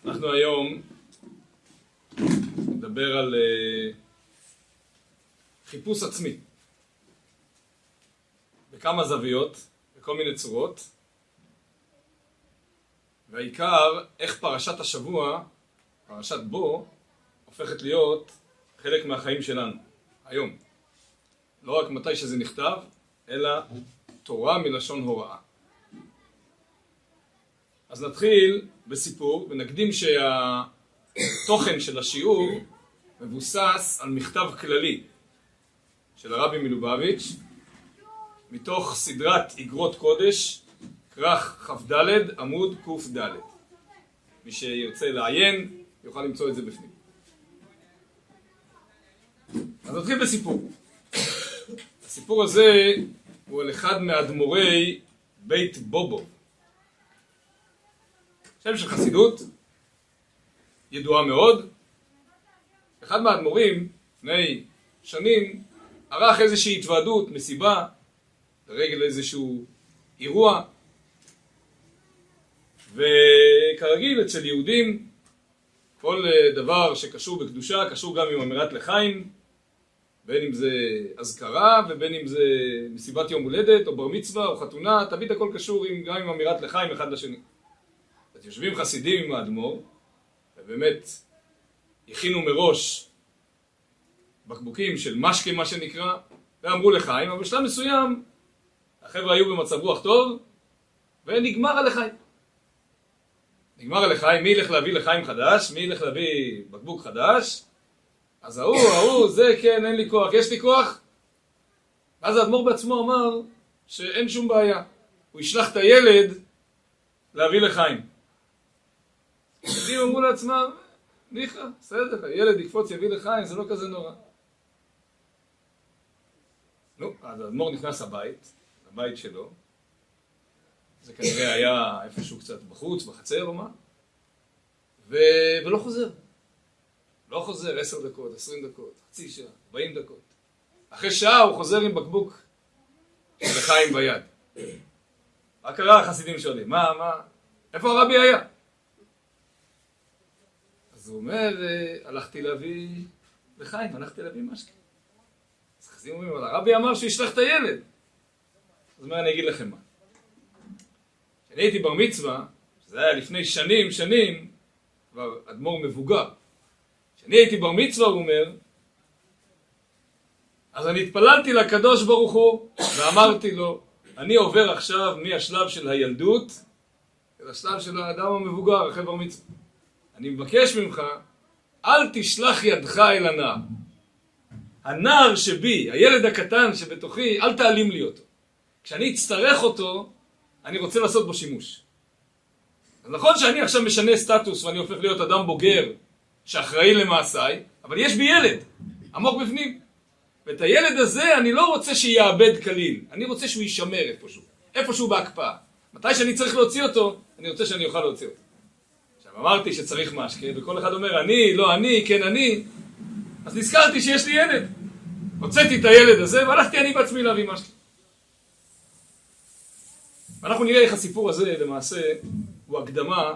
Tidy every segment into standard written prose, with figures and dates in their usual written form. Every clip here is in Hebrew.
אנחנו היום נדבר על חיפוש עצמי בכמה זוויות, בכל מיני צורות, והעיקר איך פרשת השבוע, פרשת בו, הופכת להיות חלק מהחיים שלנו היום. לא רק מתי שזה נכתב, אלא תורה מלשון הוראה. אז נתחיל בסיפור, ונקדים שהתוכן של השיעור מבוסס על מכתב כללי של הרבי מלובביץ' מתוך סדרת איגרות קודש, כרך כ"ד עמוד ק"ד. מי שירצה לעיין יוכל למצוא את זה בפנים. אז נתחיל בסיפור. הסיפור הזה הוא על אחד מאדמו"רי בית בובוב. שם של חסידות, ידועה מאוד. אחד מהאדמו"רים, לפני שנים, ערך איזושהי התוועדות, מסיבה, לרגל איזשהו אירוע. וכרגיל אצל יהודים, כל דבר שקשור בקדושה, קשור גם עם אמירת לחיים, בין אם זה אזכרה ובין אם זה מסיבת יום הולדת או בר מצווה או חתונה, תמיד הכל קשור גם עם אמירת לחיים אחד לשני. אז יושבים חסידים עם האדמו"ר, ובאמת הכינו מראש בקבוקים של משקה מה שנקרא, ואמרו לחיים, אבל בשלב מסוים החבר'ה היו במצב רוח טוב, ונגמר הלחיים. נגמר הלחיים, מי ילך להביא לחיים חדש, מי ילך להביא בקבוק חדש, אז ההוא, זה כן, אין לי כוח, יש לי כוח. אז האדמו"ר בעצמו אמר שאין שום בעיה, הוא ישלח את הילד להביא לחיים. הילדים אמרו לעצמם, ניחא, בסדר, הילד יקפוץ יביא לחיים, זה לא כזה נורא. נו, אז האדמו"ר נכנס לבית שלו, זה כנראה היה איפשהו קצת בחוץ, בחצר או מה, ולא חוזר. לא חוזר 10 דקות, 20 דקות, חצי שעה, 40 דקות. אחרי שעה הוא חוזר עם בקבוק של לחיים ביד. מה קרה? החסידים שואלים, מה? איפה הרבי היה? אז הוא אומר, הלכתי להביא לחיים, הלכתי להביא משקה. אז החסידים אומרים, אבל הרבי אמר שישלח את הילד. אז מה, אני אגיד לכם מה. כשאני הייתי בר מצווה, שזה היה לפני שנים, כבר אדמו"ר מבוגר. כשאני הייתי בר מצווה, הוא אומר, אז אני התפללתי לקדוש ברוך הוא, ואמרתי לו, אני עובר עכשיו מהשלב של הילדות, לשלב של האדם המבוגר, אחרי בר מצווה. אני מבקש ממך, אל תשלח ידך אל הנער. הנער שבי, הילד הקטן שבתוכי, אל תעלים לי אותו. כשאני אצטרך אותו, אני רוצה לעשות בו שימוש. אז נכון שאני עכשיו משנה סטטוס, ואני הופך להיות אדם בוגר, שאחראי למעשיי, אבל יש בי ילד, עמוק בפנים. ואת הילד הזה אני לא רוצה שיאבד כליל, אני רוצה שהוא יישמר איפשהו בהקפאה. מתי שאני צריך להוציא אותו, אני רוצה שאני אוכל להוציא אותו. עכשיו אמרתי שצריך משקה, וכל אחד אומר אני, לא אני, כן אני, אז נזכרתי שיש לי ילד. הוצאתי את הילד הזה והלכתי אני בעצמי להביא משקה. ואנחנו נראה איך הסיפור הזה למעשה הוא הקדמה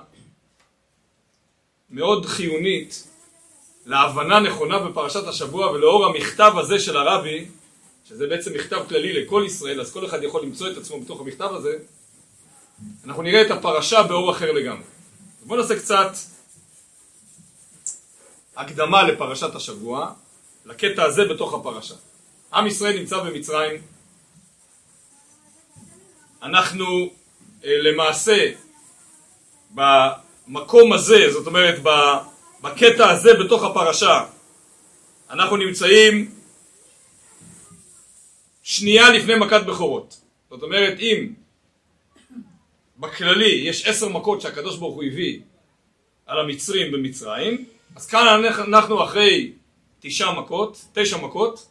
מאוד חיונית להבנה נכונה בפרשת השבוע, ולאור המכתב הזה של הרבי, שזה בעצם מכתב כללי לכל ישראל, אז כל אחד יכול למצוא את עצמו בתוך המכתב הזה, אנחנו נראה את הפרשה באור אחר לגמרי. בואו נעשה קצת הקדמה לפרשת השבוע, לקטע הזה בתוך הפרשה. עם ישראל נמצא במצרים, אנחנו למעשה במקום הזה, זאת אומרת בקטע הזה בתוך הפרשה, אנחנו נמצאים שנייה לפני מכת בכורות. זאת אומרת, אם בכללי יש 10 מכות שהקדוש ברוך הוא הביא על המצרים במצרים, אז כאן אנחנו אחרי 9 מכות,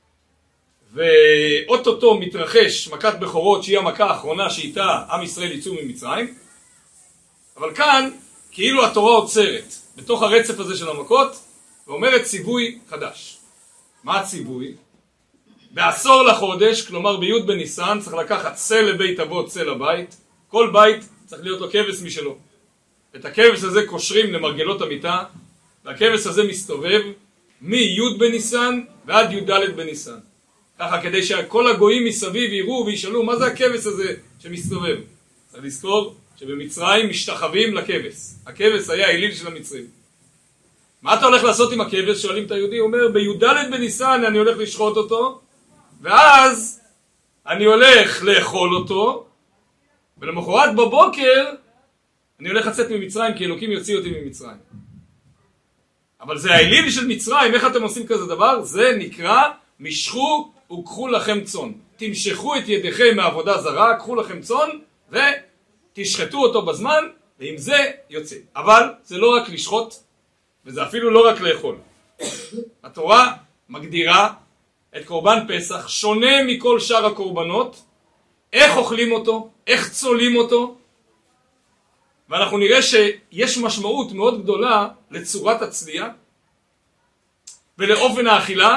ואוטוטו מתרחש מכת בכורות שהיא המכה האחרונה שאיתה עם ישראל יצאו ממצרים. אבל כאן כאילו התורה עוצרת בתוך הרצף הזה של המכות ואומרת ציווי חדש. מה הציווי? בעשור לחודש, כלומר בי' בניסן, צריך לקחת צל לבית אבות, צל לבית. כל בית צריך להיות לו כבש משלו. את הכבש הזה קושרים למרגלות המיטה, והכבש הזה מסתובב מי' בניסן ועד י"ד בניסן. ככה כדי שכל הגויים מסביב יראו וישאלו מה זה הכבש הזה שמסתובב. צריך לזכור שבמצרים משתחווים לכבש. הכבש היה האליל של המצרים. מה אתה הולך לעשות עם הכבש? שואלים את היהודי, הוא אומר בי"ד בניסן אני הולך לשחוט אותו, ואז אני הולך לאכול אותו, ולמחרת בבוקר אני הולך לצאת ממצרים כי אלוקים יוציא אותי ממצרים. אבל זה האליל של מצרים, איך אתם עושים כזה דבר? זה נקרא משכו וקחו לכם צאן. תמשכו את ידיכם מעבודה זרה, קחו לכם צאן ותשחטו אותו בזמן, ועם זה יוצא. אבל זה לא רק לשחוט, וזה אפילו לא רק לאכול. התורה מגדירה את קורבן פסח שונה מכל שאר הקורבנות, איך אוכלים אותו, איך צולים אותו, ואנחנו נראה שיש משמעות מאוד גדולה לצורת הצלייה ולאופן האכילה,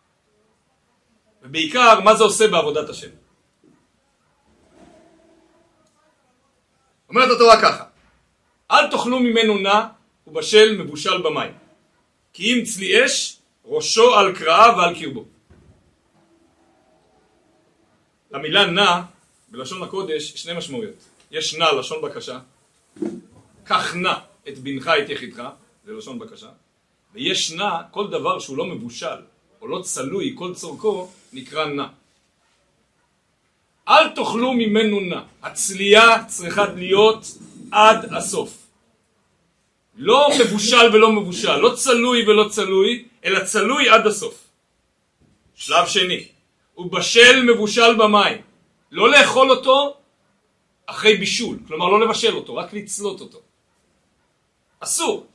ובעיקר מה זה עושה בעבודת השם. אומרת התורה ככה, אל תאכלו ממנו נע ובשל מבושל במים, כי אם צלי אש ראשו על קרעיו ועל קרבו. למילה נע בלשון הקודש שני משמעויות. יש נע לשון בקשה, קח נע את בנך את יחידך, זה לשון בקשה, ויש נע כל דבר שהוא לא מבושל או לא צלוי, כל צורכו נקרא נע. אל תאכלו ממנו נע. הצלייה צריכה להיות עד הסוף, לא מבושל ולא מבושל, לא צלוי ולא צלוי, אלא צלוי עד הסוף. שלב שני, הוא בשל מבושל במים, לא לאכול אותו אחרי בישול, כלומר לא לבשל אותו, רק לצלות אותו. אסור.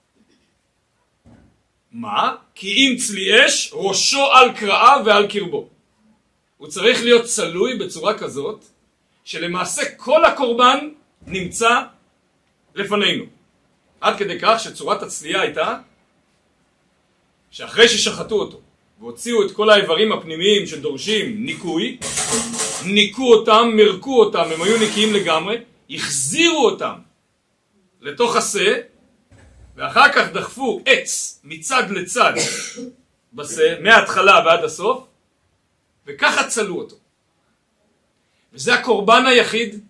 מה? כי אם צלי אש ראשו על קרעיו ועל קרבו. הוא צריך להיות צלוי בצורה כזאת שלמעשה כל הקורבן נמצא לפנינו. עד כדי כך שצורת הצלייה הייתה שאחרי ששחטו אותו והוציאו את כל האיברים הפנימיים שדורשים ניקוי, ניקו אותם, מרקו אותם, הם היו נקיים לגמרי, החזירו אותם לתוך השה, ואחר כך דחפו עץ מצד לצד בשה, מההתחלה ועד הסוף, וככה צלו אותו. וזה הקורבן היחיד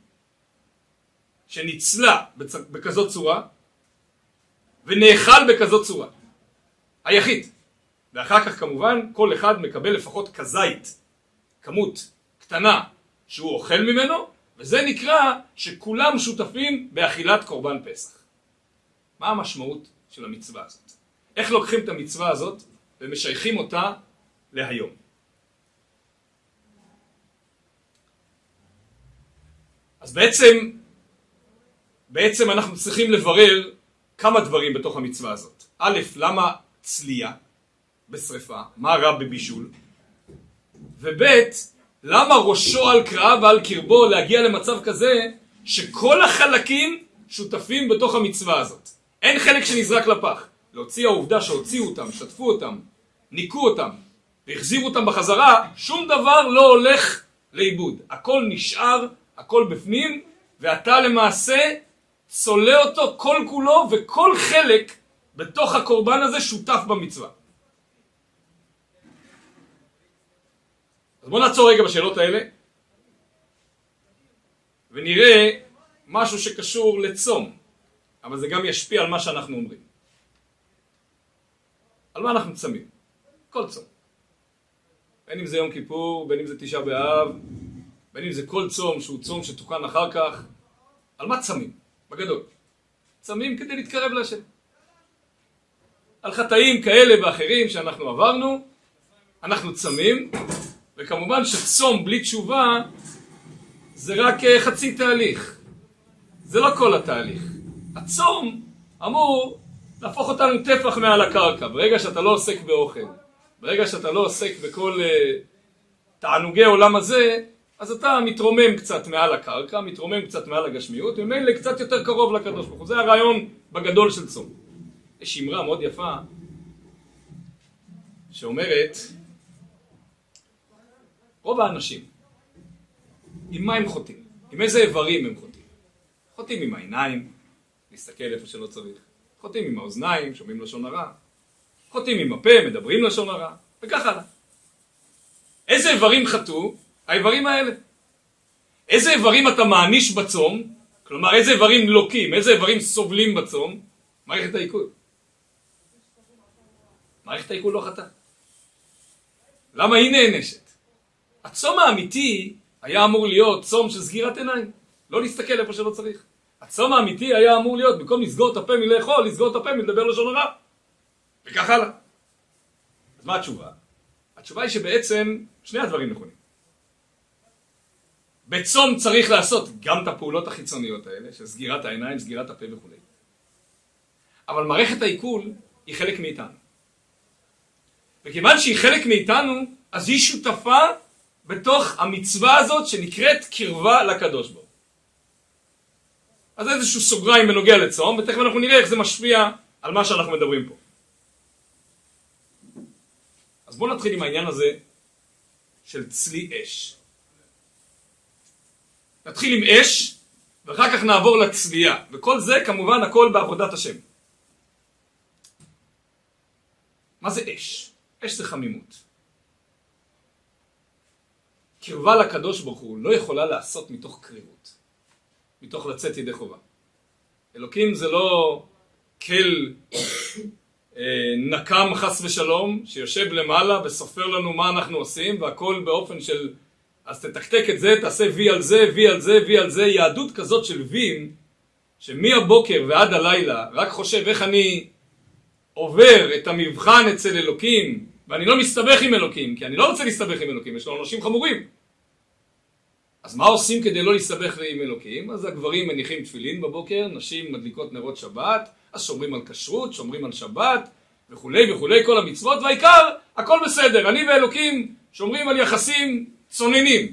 שנצלה בכזאת צורה, ונאכל בכזאת צורה. היחיד. ואחר כך כמובן כל אחד מקבל לפחות כזית, כמות קטנה שהוא אוכל ממנו, וזה נקרא שכולם שותפים באכילת קורבן פסח. מה המשמעות של המצווה הזאת? איך לוקחים את המצווה הזאת ומשייכים אותה להיום? אז בעצם אנחנו צריכים לברר כמה דברים בתוך המצווה הזאת. א', למה צלייה בשריפה? מה רע בבישול? וב', למה ראשו על קרעיו ועל קרבו להגיע למצב כזה שכל החלקים שותפים בתוך המצווה הזאת? אין חלק שנזרק לפח. להוציא העובדה שהוציאו אותם, שטפו אותם, ניקו אותם והחזירו אותם בחזרה, שום דבר לא הולך לאיבוד. הכל נשאר, הכל בפנים, ואתה למעשה צולה אותו כל כולו, וכל חלק בתוך הקורבן הזה שותף במצווה. אז בואו נעצור רגע בשאלות האלה ונראה משהו שקשור לצום, אבל זה גם ישפיע על מה שאנחנו אומרים. על מה אנחנו צמים? כל צום. בין אם זה יום כיפור, בין אם זה תשעה באב, בין אם זה כל צום שהוא צום שתוקן אחר כך. על מה צמים? בגדול. צמים כדי להתקרב להשם. על חטאים כאלה ואחרים שאנחנו עברנו, אנחנו צמים, וכמובן שצום בלי תשובה זה רק חצי תהליך. זה לא כל התהליך. הצום אמור להפוך אותנו טפח מעל הקרקע. ברגע שאתה לא עוסק באוכל, ברגע שאתה לא עוסק בכל תענוגי עולם הזה, אז אתה מתרומם קצת מעל הקרקע, מתרומם קצת מעל הגשמיות, וממילא קצת יותר קרוב לקדוש ברוך הוא. זה הרעיון בגדול של צום. יש אמרה מאוד יפה שאומרת, רוב האנשים, עם מה הם חוטאים? עם איזה איברים הם חוטאים? חוטאים עם העיניים, להסתכל איפה שלא צריך. חוטאים עם האוזניים, שומעים לשון הרע. חוטאים עם הפה, מדברים לשון הרע, וכך הלאה. איזה איברים חטאו? האיברים האלה. איזה איברים אתה מעניש בצום? כלומר, איזה איברים לוקים, איזה איברים סובלים בצום? מערכת העיכול. מערכת העיכול לא חטאה. למה היא נענשת? הצום האמיתי היה אמור להיות צום של סגירת עיניים. לא להסתכל איפה שלא צריך. הצום האמיתי היה אמור להיות, במקום לסגור את הפה מלאכול, לסגור את הפה מלדבר לשון הרע. וכך הלאה. אז מה התשובה? התשובה היא שבעצם שני הדברים נכונים. בצום צריך לעשות גם את הפעולות החיצוניות האלה, של סגירת העיניים, סגירת הפה וכו'. אבל מערכת העיכול היא חלק מאיתנו. וכיוון שהיא חלק מאיתנו, אז היא שותפה בתוך המצווה הזאת שנקראת קרבה לקדוש ברוך הוא. אז איזשהו סוגריים בנוגע לצום, ותכף אנחנו נראה איך זה משפיע על מה שאנחנו מדברים פה. אז בואו נתחיל עם העניין הזה של צלי אש. נתחיל עם אש, ואחר כך נעבור לצלייה. וכל זה כמובן הכל בעבודת השם. מה זה אש? אש זה חמימות. קרבה לקדוש ברוך הוא לא יכולה לעשות מתוך קרירות. מתוך לצאת ידי חובה. אלוקים זה לא כל נקם חס ושלום שיושב למעלה וסופר לנו מה אנחנו עושים, והכל באופן של אז תתקתק את זה, תעשה וי על זה, וי על זה, וי על זה. יהדות כזאת של ויים, שמהבוקר ועד הלילה רק חושב איך אני עובר את המבחן אצל אלוקים, ואני לא מסתבך עם אלוקים, כי אני לא רוצה להסתבך עם אלוקים, יש לנו אנשים חמורים. אז מה עושים כדי לא להסתבך עם אלוקים? אז הגברים מניחים תפילין בבוקר, נשים מדליקות נרות שבת, אז שומרים על כשרות, שומרים על שבת, וכולי וכולי, כל המצוות, והעיקר, הכל בסדר. אני ואלוקים שומרים על יחסים צוננים.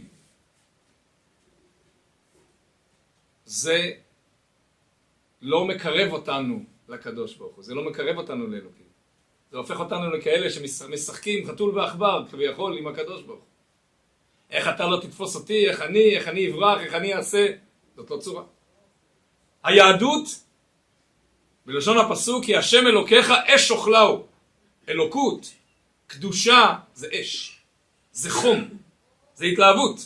זה לא מקרב אותנו לקדוש ברוך הוא, זה לא מקרב אותנו לאלוקים. זה הופך אותנו לכאלה שמשחקים חתול ועכבר כביכול עם הקדוש ברוך הוא. איך אתה לא תתפוס אותי, איך אני אברח, איך אני אעשה, זאת לא צורה. היהדות, בלשון הפסוק, כי השם אלוקיך אש אוכלהו. אלוקות, קדושה, זה אש, זה חום, זה התלהבות.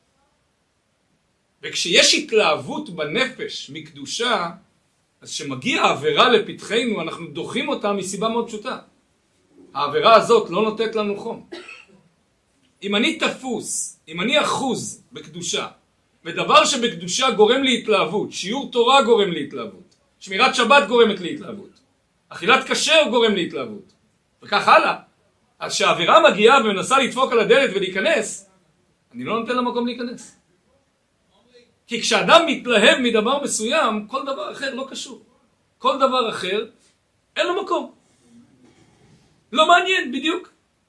וכשיש התלהבות בנפש מקדושה, אז כשמגיע העבירה לפתחנו, אנחנו דוחים אותה מסיבה מאוד פשוטה. העבירה הזאת לא נותנת לנו חום. אם אני תפוס, אם אני אחוז בקדושה, ודבר שבקדושה גורם לי התלהבות, שיעור תורה גורם לי התלהבות, שמירת שבת גורמת לי התלהבות, אכילת כשר גורם לי התלהבות, וכך הלאה. אז שהאווירה מגיעה ומנסה לדפוק על הדלת ולהיכנס, אני לא נותן לה מקום להיכנס. כי כשאדם מתלהב מדבר מסוים, כל דבר אחר לא קשור. כל דבר אחר, אין לו מקום. לא מעניין, בדיוק.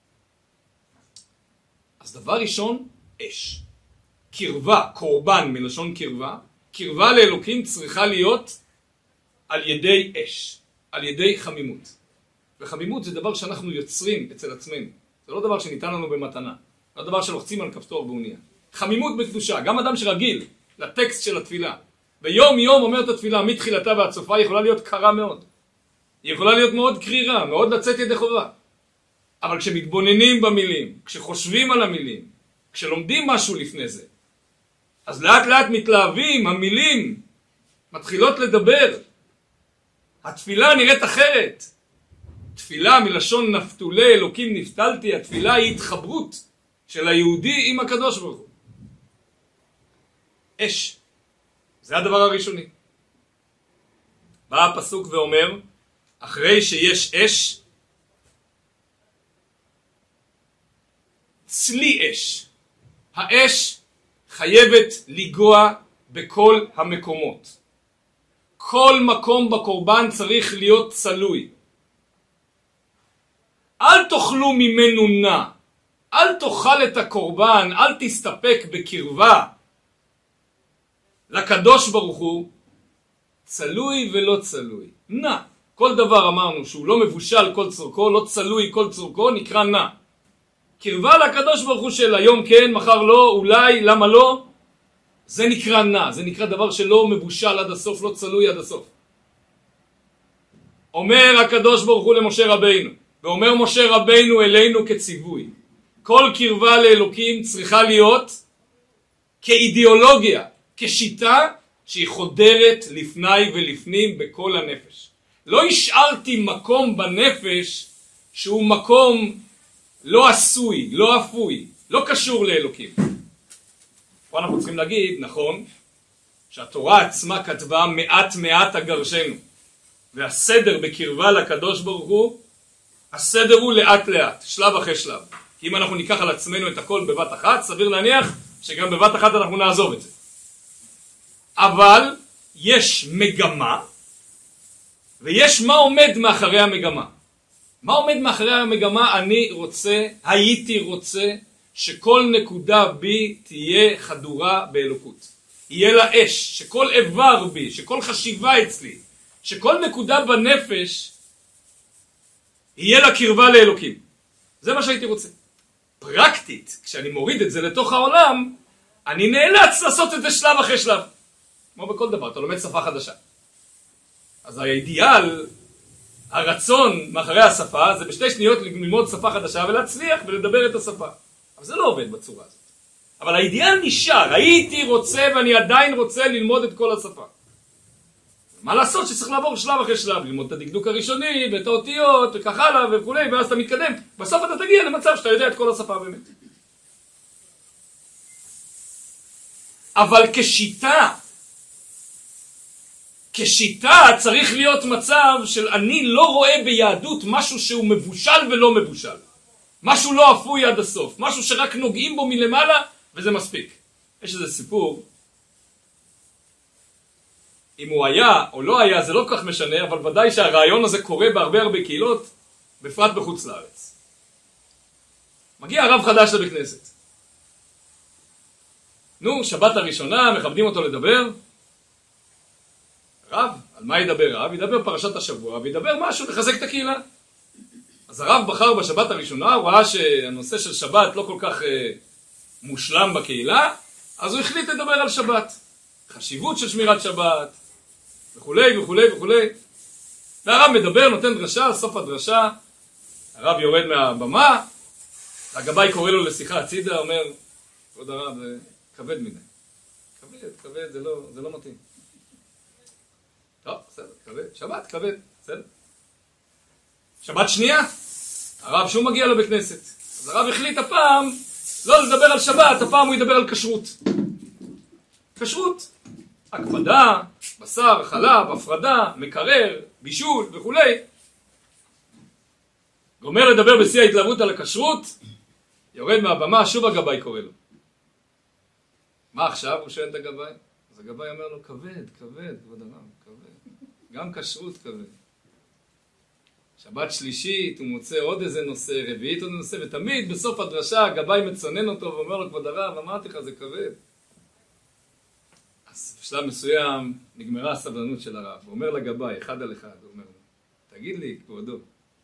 אז דבר ראשון, אש. קרבה, קורבן מלשון קרבה. קרבה לאלוקים צריכה להיות על ידי אש, על ידי חמימות. וחמימות זה דבר שאנחנו יוצרים אצל עצמנו. זה לא דבר שניתן לנו במתנה. זה לא דבר שלוחצים על כפתור באונייה. חמימות בקדושה. גם אדם שרגיל לטקסט של התפילה, ויום יום אומר את התפילה מתחילתה ועד סופה, יכולה להיות קרה מאוד. היא יכולה להיות מאוד קרירה, מאוד לצאת ידי חובה. אבל כשמתבוננים במילים, כשחושבים על המילים, כשלומדים משהו לפני זה, אז לאט לאט מתלהבים, המילים מתחילות לדבר. התפילה נראית אחרת. תפילה מלשון נפתולי, אלוקים נפתלתי, התפילה היא התחברות של היהודי עם הקדוש ברוך הוא. אש. זה הדבר הראשוני. בא הפסוק ואומר, אחרי שיש אש, צלי אש. האש חייבת לגוע בכל המקומות. כל מקום בקורבן צריך להיות צלוי. אל תאכלו ממנו נע. אל תאכל את הקורבן, אל תסתפק בקרבה לקדוש ברוך הוא, צלוי ולא צלוי. נע. כל דבר אמרנו שהוא לא מבושל כל צורכו, לא צלוי כל צורכו, נקרא נע. קרבה לקדוש ברוך הוא של היום כן, מחר לא, אולי, למה לא? זה נקרא נע, זה נקרא דבר שלא מבושל עד הסוף, לא צלוי עד הסוף. אומר הקדוש ברוך הוא למשה רבינו, ואומר משה רבינו אלינו כציווי, כל קרבה לאלוקים צריכה להיות כאידיאולוגיה, כשיטה שהיא חודרת לפני ולפנים בכל הנפש. לא השארתי מקום בנפש שהוא מקום לא עשוי, לא אפוי, לא קשור לאלוקים. פה אנחנו צריכים להגיד, נכון, שהתורה עצמה כתבה מעט מעט אגרשנו, והסדר בקרבה לקדוש ברוך הוא, הסדר הוא לאט לאט, שלב אחרי שלב. כי אם אנחנו ניקח על עצמנו את הכל בבת אחת, סביר להניח שגם בבת אחת אנחנו נעזוב את זה. אבל יש מגמה, ויש מה עומד מאחורי המגמה. מה עומד מאחורי המגמה? הייתי רוצה שכל נקודה בי תהיה חדורה באלוקות. יהיה לה אש, שכל איבר בי, שכל חשיבה אצלי, שכל נקודה בנפש יהיה לה קרבה לאלוקים. זה מה שהייתי רוצה. פרקטית, כשאני מוריד את זה לתוך העולם, אני נאלץ לעשות את זה שלב אחרי שלב. כמו בכל דבר, אתה לומד שפה חדשה. אז האידיאל, הרצון מאחורי השפה, זה בשתי שניות ללמוד שפה חדשה ולהצליח ולדבר את השפה. אבל זה לא עובד בצורה הזאת. אבל האידיאל נשאר, הייתי רוצה ואני עדיין רוצה ללמוד את כל השפה. מה לעשות שצריך לעבור שלב אחרי שלב, ללמוד את הדקדוק הראשוני ואת האותיות וכך הלאה וכו', ואז אתה מתקדם. בסוף אתה תגיע למצב שאתה יודע את כל השפה באמת. אבל כשיטה צריך להיות מצב של אני לא רואה ביהדות משהו שהוא מבושל ולא מבושל. משהו לא אפוי עד הסוף, משהו שרק נוגעים בו מלמעלה וזה מספיק. יש איזה סיפור, אם הוא היה או לא היה זה לא כל כך משנה, אבל ודאי שהרעיון הזה קורה בהרבה קהילות, בפרט בחוץ לארץ. מגיע הרב חדש לבית כנסת. שבת הראשונה, מכבדים אותו לדבר. רב, על מה ידבר רב? ידבר פרשת השבוע, וידבר משהו לחזק את הקהילה. אז הרב בחר בשבת הראשונה, הוא ראה שהנושא של שבת לא כל כך מושלם בקהילה, אז הוא החליט לדבר על שבת. חשיבות של שמירת שבת, וכולי וכולי וכולי. והרב מדבר, נותן דרשה, סוף הדרשה, הרב יורד מהבמה, הגבאי קורא לו לשיחה הצידה, אומר, כבוד הרב, זה כבד מדי. כבד, זה לא מתאים. טוב, בסדר, כבד. שבת, כבד, בסדר. שבת שנייה, הרב שהוא מגיע לבית כנסת. אז הרב החליט הפעם לא לדבר על שבת, הפעם הוא ידבר על כשרות. כשרות, הקפדה, בשר, חלב, הפרדה, מקרר, בישול וכולי. גומר לדבר בשיא ההתלהבות על הכשרות, יורד מהבמה, שוב הגבאי קורא לו. מה עכשיו? הוא שואל את הגבאי. אז הגבאי אומר לו, כבד, כבוד הרב, כבד. גם כשרות כבד. שבת שלישית, הוא מוצא עוד איזה נושא, רביעית עוד נושא, ותמיד בסוף הדרשה הגבאי מצונן אותו ואומר לו, כבוד הרב, אמרתי לך, זה כבד. אז בשלב מסוים נגמרה הסבלנות של הרב. הוא אומר לגבאי, אחד על אחד, הוא אומר לו, תגיד לי, כבודו,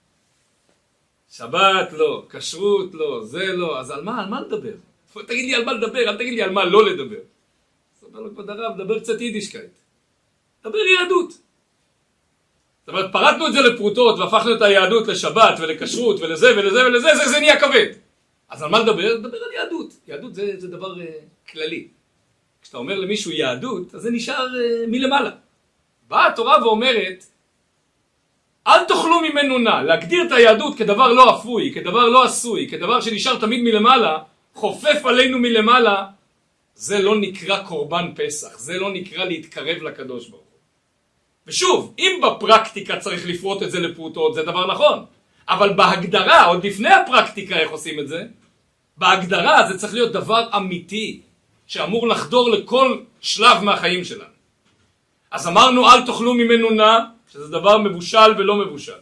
שבת לא, כשרות לא, זה לא, אז על מה לדבר? תגיד לי על מה לדבר, אל תגיד לי על מה לא לדבר. אז אומר לו, כבוד הרב, דבר קצת יידישקייט. דבר יהדות. זאת אומרת, פרטנו את זה לפרוטות והפכנו את היהדות לשבת ולכשרות ולזה ולזה ולזה, זה נהיה כבד. אז על מה לדבר? דבר על יהדות. יהדות זה דבר כללי. כשאתה אומר למישהו יהדות, אז זה נשאר מלמעלה. באה התורה ואומרת, אל תאכלו ממנו נא, להגדיר את היהדות כדבר לא אפוי, כדבר לא עשוי, כדבר שנשאר תמיד מלמעלה, חופף עלינו מלמעלה, זה לא נקרא קורבן פסח, זה לא נקרא להתקרב לקדוש ברוך הוא. ושוב, אם בפרקטיקה צריך לפרוט את זה לפרוטות, זה דבר נכון. אבל בהגדרה, עוד לפני הפרקטיקה איך עושים את זה, בהגדרה זה צריך להיות דבר אמיתי, שאמור לחדור לכל שלב מהחיים שלנו. אז אמרנו, אל תאכלו ממנו נא, שזה דבר מבושל ולא מבושל.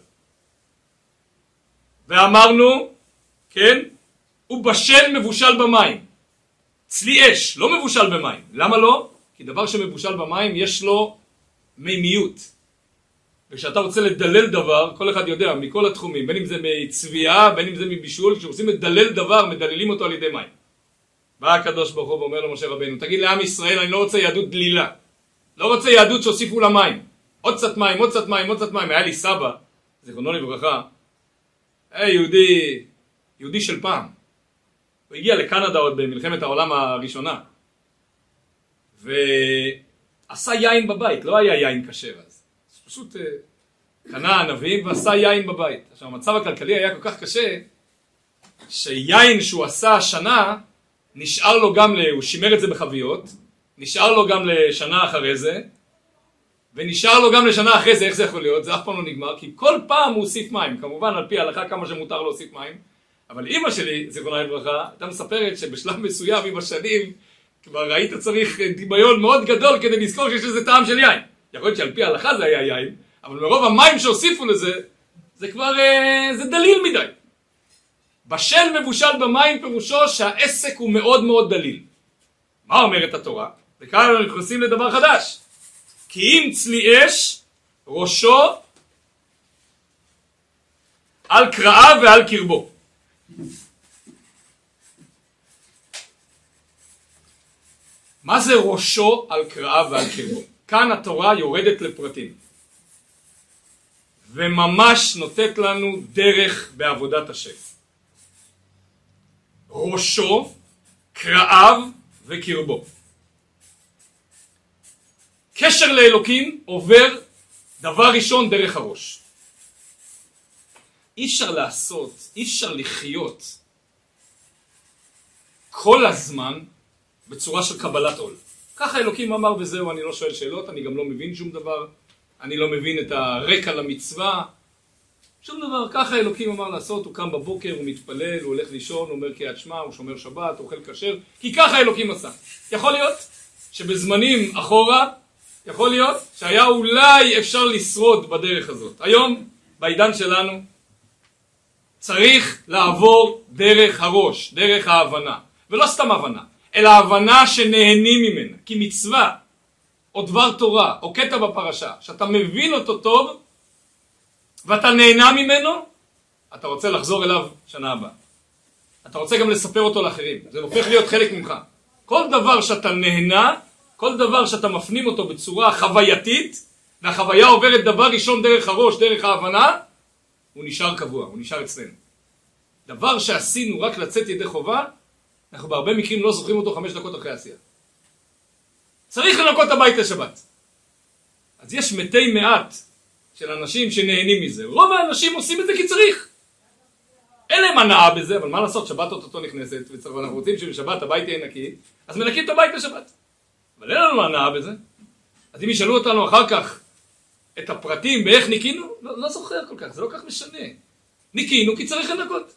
ואמרנו, כן, הוא בשל מבושל במים. צלי אש, לא מבושל במים. למה לא? כי דבר שמבושל במים יש לו מימיות. וכשאתה רוצה לדלל דבר, כל אחד יודע, מכל התחומים, בין אם זה מצביעה, בין אם זה מבישול, כשרוצים לדלל דבר, מדללים אותו על ידי מים. בא הקדוש ברוך הוא ואומר למשה רבינו, תגיד לעם ישראל, אני לא רוצה יהדות דלילה. לא רוצה יהדות שהוסיפו למים. עוד קצת מים, עוד קצת מים, עוד קצת מים. היה לי סבא, זיכרונו לברכה, היה יהודי של פעם. הוא הגיע לקנדה עוד במלחמת העולם הראשונה. ועשה יין בבית, לא היה יין כשר אז. פשוט קנה ענבים ועשה יין בבית. עכשיו, המצב הכלכלי היה כל כך קשה, שיין שהוא עשה השנה, נשאר לו גם, הוא שימר את זה בחביות, נשאר לו גם לשנה אחרי זה, ונשאר לו גם לשנה אחרי זה. איך זה יכול להיות? זה אף פעם לא נגמר, כי כל פעם הוא הוסיף מים, כמובן על פי ההלכה כמה שמותר להוסיף מים, אבל אמא שלי, זיכרונה לברכה, הייתה מספרת שבשלב מסוים עם השנים, כבר היית צריך דמיון מאוד גדול כדי לזכור שיש איזה טעם של יין. יכול להיות שעל פי ההלכה זה היה יין, אבל מרוב המים שהוסיפו לזה, זה כבר, זה דליל מדי. בשל מבושל במים פירושו שהעסק הוא מאוד מאוד דליל. מה אומרת התורה? וכאן אנחנו נכנסים לדבר חדש. כי אם צלי אש, ראשו על קרעיו ועל קרבו. מה זה ראשו על קרעיו ועל קרבו? כאן התורה יורדת לפרטים. וממש נותנת לנו דרך בעבודת השם. ראשו, קרעיו וקרבו. קשר לאלוקים עובר דבר ראשון דרך הראש. אי אפשר לעשות, אי אפשר לחיות כל הזמן בצורה של קבלת עול. ככה אלוקים אמר וזהו, אני לא שואל שאלות, אני גם לא מבין שום דבר, אני לא מבין את הרקע למצווה, שום דבר. ככה אלוקים אמר לעשות, הוא קם בבוקר, הוא מתפלל, הוא הולך לישון, הוא אומר קריאת שמע, הוא שומר שבת, הוא אוכל כשר, כי ככה אלוקים עשה. יכול להיות שבזמנים אחורה, יכול להיות שהיה אולי אפשר לשרוד בדרך הזאת. היום, בעידן שלנו, צריך לעבור דרך הראש, דרך ההבנה. ולא סתם הבנה, אלא הבנה שנהנים ממנה. כי מצווה, או דבר תורה, או קטע בפרשה, שאתה מבין אותו טוב, ואתה נהנה ממנו, אתה רוצה לחזור אליו שנה הבאה. אתה רוצה גם לספר אותו לאחרים. זה הופך להיות חלק ממך. כל דבר שאתה נהנה, כל דבר שאתה מפנים אותו בצורה חווייתית, והחוויה עוברת דבר ראשון דרך הראש, דרך ההבנה, הוא נשאר קבוע, הוא נשאר אצלנו. דבר שעשינו רק לצאת ידי חובה, אנחנו בהרבה מקרים לא זוכרים אותו 5 דקות אחרי עשייה. צריך לנקות הבית לשבת. אז יש מתי מעט של אנשים שנהנים מזה. רוב האנשים עושים את זה כי צריך. אין להם הנאה בזה, אבל מה לעשות? שבת אוטוטו נכנסת, ואנחנו רוצים שבשבת הבית יהיה נקי, אז מנקים את הבית לשבת. אבל אין לנו הנאה בזה. אז אם ישאלו אותנו אחר כך את הפרטים באיך ניקינו, לא זוכר כל כך, זה לא כך משנה. ניקינו כי צריך לנקות.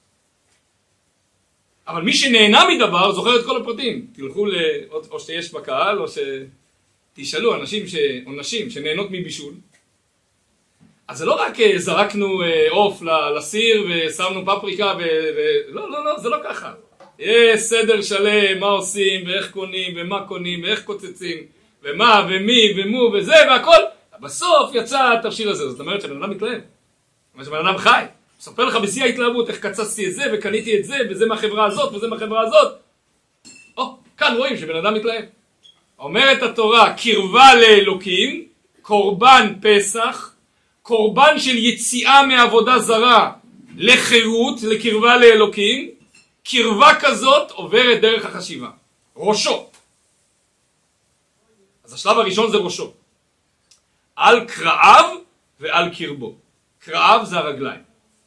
אבל מי שנהנה מדבר זוכר את כל הפרטים. תלכו או שיש בקהל, או שתשאלו או נשים שנהנות מבישול. אז זה לא רק זרקנו עוף לסיר ושמנו פפריקה לא, זה לא ככה. יש סדר שלם, מה עושים ואיך קונים ומה קונים ואיך קוצצים ומה ומי ומו וזה והכל. בסוף יצא התבשיל הזה. זאת אומרת שבן אדם מתלהב. זאת אומרת שבן אדם חי. מספר לך בשיא ההתלהבות איך קצצתי את זה וקניתי את זה וזה מהחברה הזאת וזה מהחברה הזאת. כאן רואים שבן אדם מתלהב. אומרת התורה, קרבה לאלוקים, קורבן פסח, קורבן של יציאה מעבודה זרה לחירות, לקרבה לאלוקים. קרבה כזאת עוברת דרך החשיבה. ראשו. אז השלב הראשון זה ראשו. על קרעיו ועל קרבו. קרעיו זה הרגליים.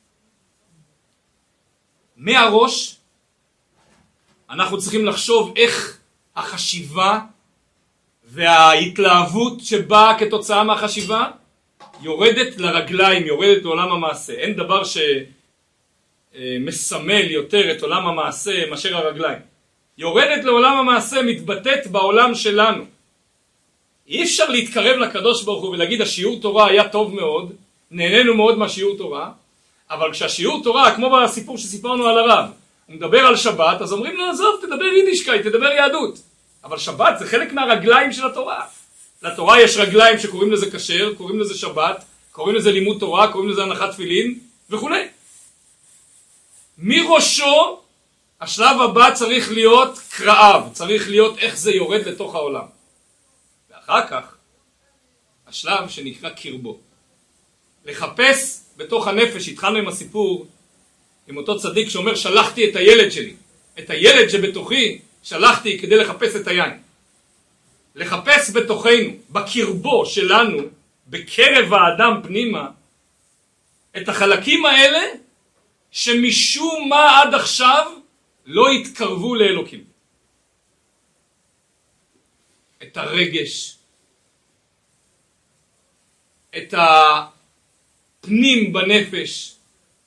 מהראש אנחנו צריכים לחשוב איך החשיבה וההתלהבות שבאה כתוצאה מהחשיבה יורדת לרגליים, יורדת לעולם המעשה. אין דבר שמסמל יותר את עולם המעשה מאשר הרגליים. יורדת לעולם המעשה, מתבטאת בעולם שלנו. אי אפשר להתקרב לקדוש ברוך הוא ולהגיד השיעור תורה היה טוב מאוד, נהנינו מאוד מהשיעור תורה, אבל כשהשיעור תורה, כמו בסיפור שסיפרנו על הרב, הוא מדבר על שבת, אז אומרים לו, עזוב, תדבר יידישקייט, תדבר יהדות. אבל שבת זה חלק מהרגליים של התורה. לתורה יש רגליים שקוראים לזה כשר, קוראים לזה שבת, קוראים לזה לימוד תורה, קוראים לזה הנחת תפילין וכו'. מראשו, השלב הבא צריך להיות קרעיו, צריך להיות איך זה יורד לתוך העולם. ואחר כך, השלב שנקרא קרבו. לחפש בתוך הנפש, התחלנו עם הסיפור, עם אותו צדיק שאומר שלחתי את הילד שלי, את הילד שבתוכי שלחתי כדי לחפש את היין. לחפש בתוכנו, בקרבו שלנו, בקרב האדם פנימה, את החלקים האלה שמשום מה עד עכשיו לא התקרבו לאלוקים. את הרגש, את הפנים בנפש.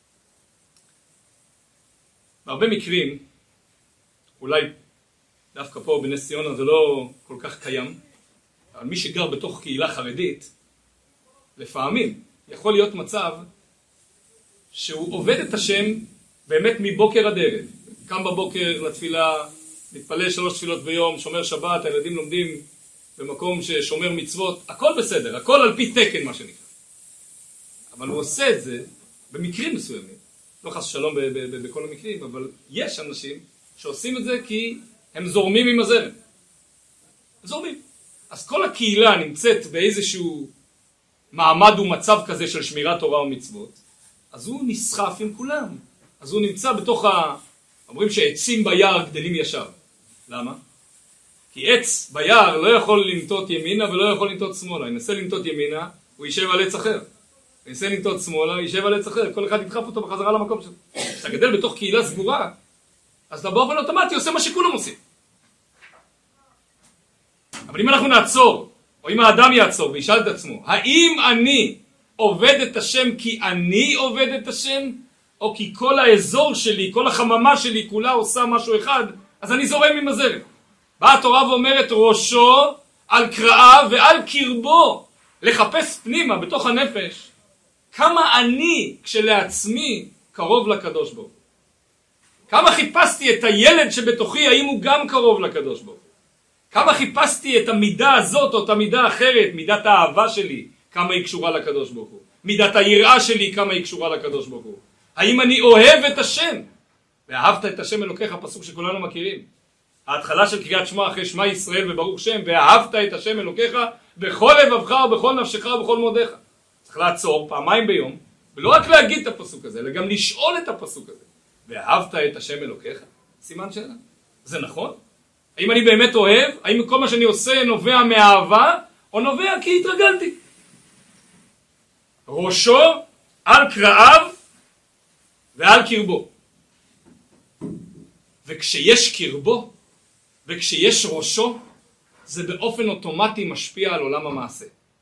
בהרבה מקרים, אולי דווקא פה בנס ציונה זה לא כל כך קיים, אבל מי שגר בתוך קהילה חרדית, לפעמים יכול להיות מצב שהוא עובד את השם באמת מבוקר עד ערב. קם בבוקר לתפילה, מתפלל 3 תפילות ביום, שומר שבת, הילדים לומדים במקום ששומר מצוות, הכל בסדר, הכל על פי תקן מה שנקרא. אבל הוא עושה את זה במקרים מסוימים, לא חס שלום בכל המקרים, אבל יש אנשים שעושים את זה כי הם זורמים עם הזרם. זורמים. אז כל הקהילה נמצאת באיזשהו מעמד ומצב כזה של שמירת תורה ומצוות, אז הוא נסחף עם כולם. אז הוא נמצא בתוך אומרים שעצים ביער גדלים ישר. למה? כי עץ ביער לא יכול לנטות ימינה ולא יכול לנטות שמאלה. ינסה לנטות ימינה, הוא יישב על עץ אחר. ינסה לנטות שמאלה, הוא יישב על עץ אחר. כל אחד ידחף אותו בחזרה למקום שלו. כשאתה גדל בתוך קהילה סגורה, אז אתה באופן אוטומטי עושה מה שכולם עושים. אבל אם אנחנו נעצור, או אם האדם יעצור וישאל את עצמו, האם אני עובד את השם כי אני עובד את השם, או כי כל האזור שלי, כל החממה שלי כולה עושה משהו אחד, אז אני זורם עם הזרם. באה התורה ואומרת ראשו על קרעיו ועל קרבו, לחפש פנימה בתוך הנפש, כמה אני כשלעצמי קרוב לקדוש ברוך הוא. כמה חיפשתי את הילד שבתוכי, האם הוא גם קרוב לקדוש ברוך הוא. כמה חיפשתי את המידה הזאת או את המידה האחרת, מידת האהבה שלי, כמה היא קשורה לקדוש ברוך הוא. מידת היראה שלי, כמה היא קשורה לקדוש ברוך הוא. האם אני אוהב את השם? ואהבת את השם אלוקיך, פסוק שכולנו מכירים. ההתחלה של קריאת שמע אחרי שמע ישראל וברוך שם, ואהבת את השם אלוקיך בכל לבבך ובכל נפשך ובכל מאודיך. צריך לעצור פעמיים ביום, ולא רק להגיד את הפסוק הזה, אלא גם לשאול את הפסוק הזה. ואהבת את השם אלוקיך? סימן שאלה. זה נכון? האם אני באמת אוהב? האם כל מה שאני עושה נובע מאהבה, או נובע כי התרגלתי? ראשו על קרעיו ועל קרבו. וכשיש קרבו, וכשיש ראשו, זה באופן אוטומטי משפיע על עולם המעשה.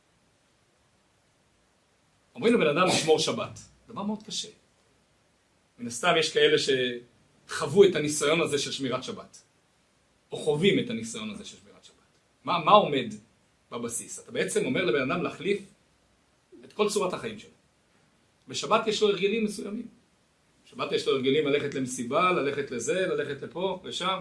אומרים לבן אדם לשמור שבת. דבר מאוד קשה. מן הסתם יש כאלה שחוו את הניסיון הזה של שמירת שבת. או חווים את הניסיון הזה של שמירת שבת. מה עומד בבסיס? אתה בעצם אומר לבן אדם להחליף את כל צורת החיים שלו. בשבת יש לו הרגלים מסוימים. בשבת יש לו הרגלים ללכת למסיבה, ללכת לזה, ללכת לפה ושם.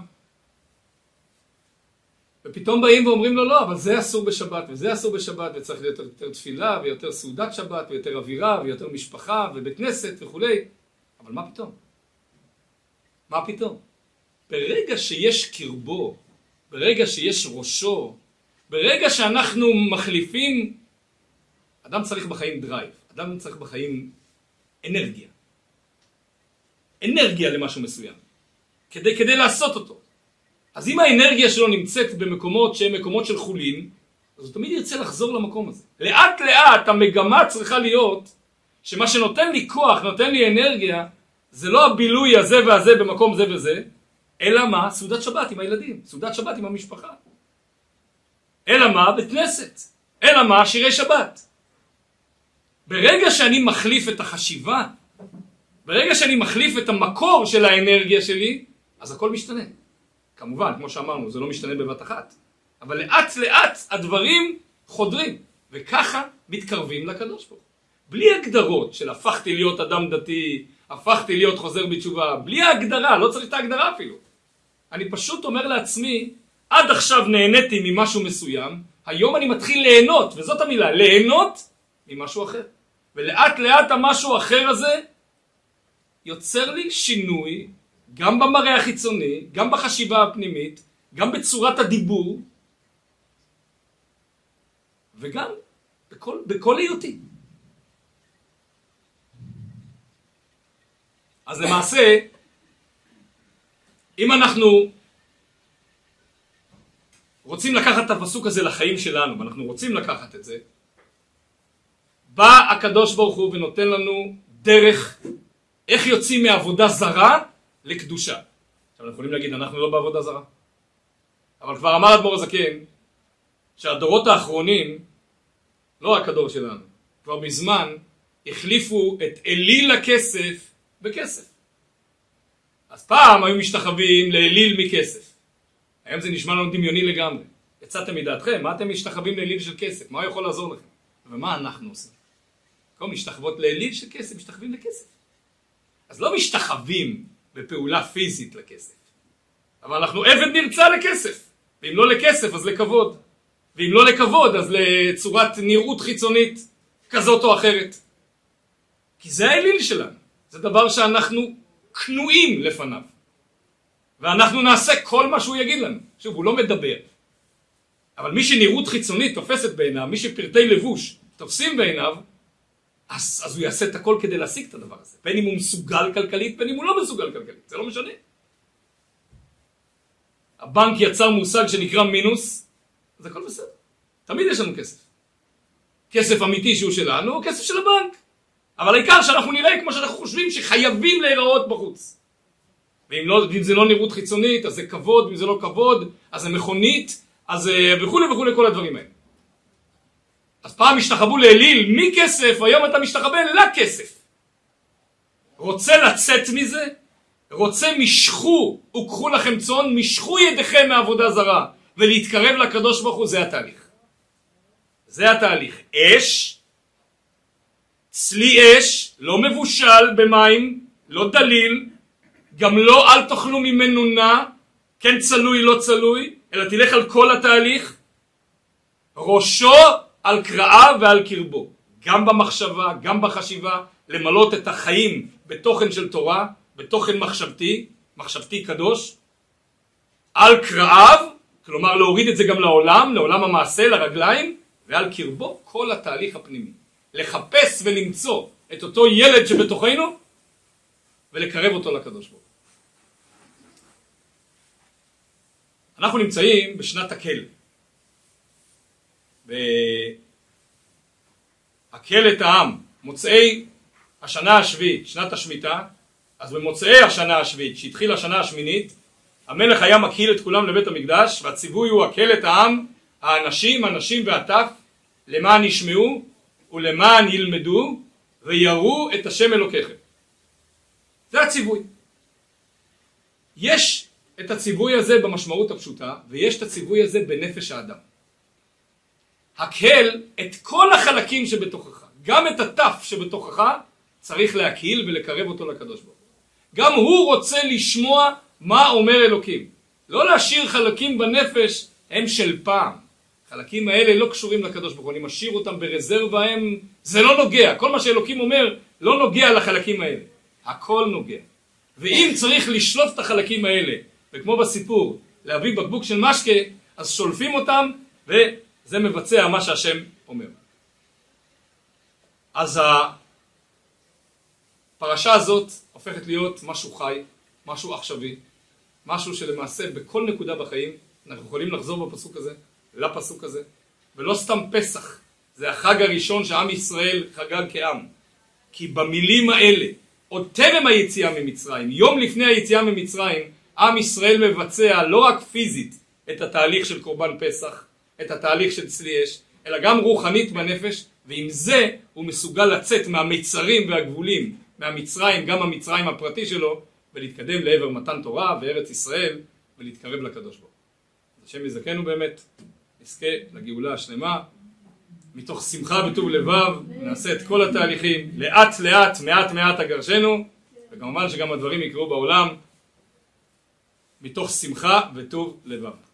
ופתאום באים ואומרים לו לא, אבל זה אסור בשבת וזה אסור בשבת, וצריך להיות יותר תפילה ויותר סעודת שבת ויותר אווירה ויותר משפחה ובית כנסת וכו'. אבל מה פתאום? מה פתאום? ברגע שיש קרבו, ברגע שיש ראשו, ברגע שאנחנו מחליפים, אדם צריך בחיים דרייב, אדם צריך בחיים אנרגיה. אנרגיה למשהו מסוים, כדי לעשות אותו. אז אם האנרגיה שלו נמצאת במקומות שהם מקומות של חולין, אז הוא תמיד ירצה לחזור למקום הזה. לאט לאט המגמה צריכה להיות שמה שנותן לי כוח, נותן לי אנרגיה, זה לא הבילוי הזה והזה במקום זה וזה, אלא מה? סעודת שבת עם הילדים, סעודת שבת עם המשפחה. אלא מה? בית כנסת. אלא מה? שירי שבת. ברגע שאני מחליף את החשיבה, ברגע שאני מחליף את המקור של האנרגיה שלי, אז הכל משתנה. כמובן, כמו שאמרנו, זה לא משתנה בבת אחת. אבל לאט לאט הדברים חודרים, וככה מתקרבים לקדוש ברוך הוא. בלי הגדרות של הפכתי להיות אדם דתי, הפכתי להיות חוזר בתשובה, בלי ההגדרה, לא צריך את ההגדרה אפילו. אני פשוט אומר לעצמי, עד עכשיו נהניתי ממשהו מסוים, היום אני מתחיל ליהנות, וזאת המילה, ליהנות ממשהו אחר. ולאט לאט המשהו האחר הזה יוצר לי שינוי, גם במראה החיצוני, גם בחשיבה הפנימית, גם בצורת הדיבור, וגם בכל היותי. אז למעשה, אם אנחנו רוצים לקחת את הפסוק הזה לחיים שלנו, ואנחנו רוצים לקחת את זה, בא הקדוש ברוך הוא ונותן לנו דרך איך יוצאים מעבודה זרה לקדושה. עכשיו אנחנו יכולים להגיד, אנחנו לא בעבודה זרה. אבל כבר אמר אדמו"ר הזקן, שהדורות האחרונים, לא רק הדור שלנו, כבר מזמן החליפו את אליל הכסף בכסף. אז פעם היו משתחווים לאליל מכסף. היום זה נשמע לנו דמיוני לגמרי. יצאתם מדעתכם, מה אתם משתחווים לאליל של כסף? מה הוא יכול לעזור לכם? ומה אנחנו עושים? כל משתחוות לאליל של כסף, משתחווים לכסף. אז לא משתחווים בפעולה פיזית לכסף. אבל אנחנו עבד נרצע לכסף. ואם לא לכסף, אז לכבוד. ואם לא לכבוד, אז לצורת נראות חיצונית כזאת או אחרת. כי זה האליל שלנו. זה דבר שאנחנו כנועים לפניו. ואנחנו נעשה כל מה שהוא יגיד לנו. שוב, הוא לא מדבר. אבל מי שנראות חיצונית תופסת בעיניו, מי שפרטי לבוש תופסים בעיניו, אז הוא יעשה את הכל כדי להשיג את הדבר הזה. בין אם הוא מסוגל כלכלית, בין אם הוא לא מסוגל כלכלית. זה לא משנה. הבנק יצר מושג שנקרא מינוס, אז הכל בסדר. תמיד יש לנו כסף. כסף אמיתי שהוא שלנו, או כסף של הבנק. אבל העיקר שאנחנו נראה כמו שאנחנו חושבים שחייבים להיראות בחוץ. ואם זה לא נראות חיצונית, אז זה כבוד, ואם זה לא כבוד, אז זה מכונית, אז וכו' וכו' כל הדברים האלה. אז פעם השתחוו לאליל מכסף, היום אתה משתחווה לכסף. רוצה לצאת מזה? רוצה משכו וקחו לכם צאן, משכו ידיכם מעבודה זרה, ולהתקרב לקדוש ברוך הוא, זה התהליך. זה התהליך. אש, צלי אש, לא מבושל במים, לא דליל, גם לא אל תאכלו ממנו נע, כן צלוי לא צלוי, אלא תלך על כל התהליך, ראשו על קרעיו ועל קרבו, גם במחשבה, גם בחשיבה, למלות את החיים בתוכן של תורה, בתוכן מחשבתי קדוש, על קרעיו, כלומר להוריד את זה גם לעולם המעשה, לרגליים, ועל קרבו כל התהליך הפנימי. לחפש ולמצוא את אותו ילד שבתוכנו, ולקרב אותו לקדוש ברוך הוא. אנחנו נמצאים בשנת הקל. הקל את העם, מוצאי השנה השביעית, שנת השמיטה, אז במוצאי השנה השביעית, שהתחילה השנה השמינית, המלך היה מקיל את כולם לבית המקדש, והציווי הוא הקל את העם, האנשים, הנשים והטף, למען ישמעו ולמען ילמדו ויראו את השם אלוקיכם. זה הציווי. יש את הציווי הזה במשמעות הפשוטה, ויש את הציווי הזה בנפש האדם. הקהל את כל החלקים שבתוכך, גם את הטף שבתוכך, צריך להקהיל ולקרב אותו לקדוש ברוך הוא. גם הוא רוצה לשמוע מה אומר אלוקים. לא להשאיר חלקים בנפש, הם של פעם. חלקים האלה לא קשורים לקדוש ברוך הוא, אני משאיר אותם ברזרבה, זה לא נוגע. כל מה שאלוקים אומר לא נוגע לחלקים האלה. הכל נוגע. ואם צריך לשלוף את החלקים האלה, וכמו בסיפור, להביא בקבוק של משקה, אז שולפים אותם, וזה מבצע מה שהשם אומר. אז הפרשה הזאת הופכת להיות משהו חי, משהו עכשווי, משהו שלמעשה בכל נקודה בחיים, אנחנו יכולים לחזור בפסוק הזה, לפסוק הזה, ולא סתם פסח, זה החג הראשון שעם ישראל חגג כעם. כי במילים האלה, עוד טרם היציאה ממצרים, יום לפני היציאה ממצרים, עם ישראל מבצע לא רק פיזית את התהליך של קורבן פסח, את התהליך של צלי אש, אלא גם רוחנית בנפש, ועם זה הוא מסוגל לצאת מהמצרים והגבולים, מהמצרים, גם המצרים הפרטי שלו, ולהתקדם לעבר מתן תורה וארץ ישראל, ולהתקרב לקדוש ברוך הוא. השם יזכנו באמת, נזכה לגאולה השלמה, מתוך שמחה וטוב לבב, נעשה את כל התהליכים, לאט לאט, מעט מעט אגרשנו, וכמובן שגם הדברים יקרו בעולם, מתוך שמחה וטוב לבב.